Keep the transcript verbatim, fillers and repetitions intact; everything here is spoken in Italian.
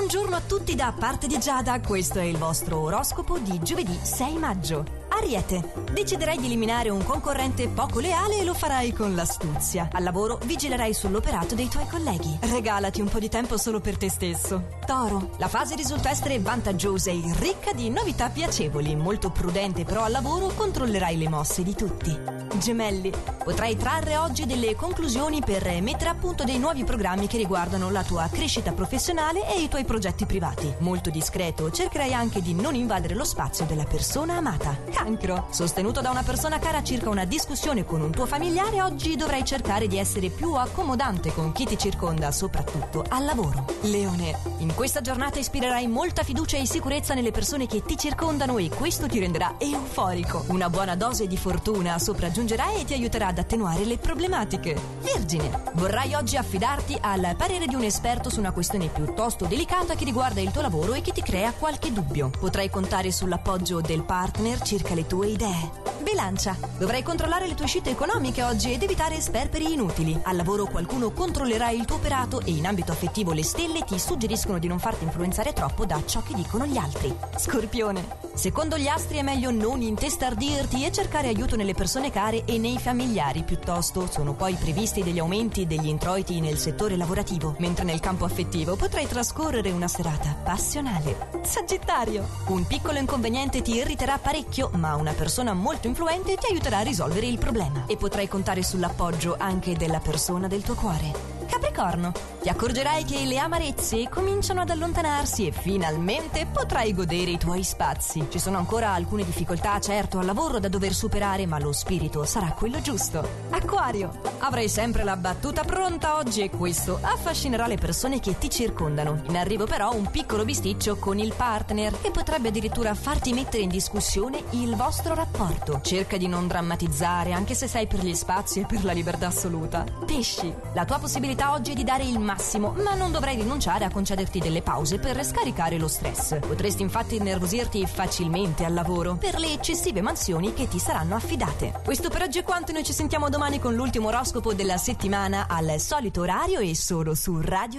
Buongiorno a tutti da parte di Giada, questo è il vostro oroscopo di giovedì sei maggio. Ariete, deciderai di eliminare un concorrente poco leale e lo farai con l'astuzia. Al lavoro vigilerai sull'operato dei tuoi colleghi. Regalati un po' di tempo solo per te stesso. Toro, la fase risulta essere vantaggiosa e ricca di novità piacevoli. Molto prudente però al lavoro, controllerai le mosse di tutti. Gemelli, potrai trarre oggi delle conclusioni per mettere a punto dei nuovi programmi che riguardano la tua crescita professionale e i tuoi progetti privati. Molto discreto, cercherai anche di non invadere lo spazio della persona amata. Cancro, sostenuto da una persona cara circa una discussione con un tuo familiare, oggi dovrai cercare di essere più accomodante con chi ti circonda, soprattutto al lavoro. Leone, in questa giornata ispirerai molta fiducia e sicurezza nelle persone che ti circondano e questo ti renderà euforico. Una buona dose di fortuna sopraggiungerà e ti aiuterà ad attenuare le problematiche. Vergine, vorrai oggi affidarti al parere di un esperto su una questione piuttosto delicata che riguarda il tuo lavoro e che ti crea qualche dubbio. Potrai contare sull'appoggio del partner circa le tue idee. Bilancia, dovrai controllare le tue uscite economiche oggi ed evitare sperperi inutili. Al lavoro qualcuno controllerà il tuo operato e in ambito affettivo le stelle ti suggeriscono di non farti influenzare troppo da ciò che dicono gli altri. Scorpione, secondo gli astri è meglio non intestardirti e cercare aiuto nelle persone care e nei familiari piuttosto. Sono poi previsti degli aumenti degli introiti nel settore lavorativo, mentre nel campo affettivo potrai trascorrere una serata passionale. Sagittario, un piccolo inconveniente ti irriterà parecchio, ma una persona molto influente ti aiuterà a risolvere il problema e potrai contare sull'appoggio anche della persona del tuo cuore. Capricorno, ti accorgerai che le amarezze cominciano ad allontanarsi e finalmente potrai godere i tuoi spazi. Ci sono ancora alcune difficoltà, certo, al lavoro da dover superare, ma lo spirito sarà quello giusto. Acquario, avrai sempre la battuta pronta oggi e questo affascinerà le persone che ti circondano. In arrivo però un piccolo bisticcio con il partner che potrebbe addirittura farti mettere in discussione il vostro rapporto. Cerca di non drammatizzare, anche se sei per gli spazi e per la libertà assoluta. Pesci, la tua possibilità oggi è di dare il massimo, ma non dovrai rinunciare a concederti delle pause per scaricare lo stress. Potresti infatti innervosirti facilmente al lavoro per le eccessive mansioni che ti saranno affidate. Questo per oggi è quanto, noi ci sentiamo domani con l'ultimo oroscopo della settimana al solito orario e solo su Radio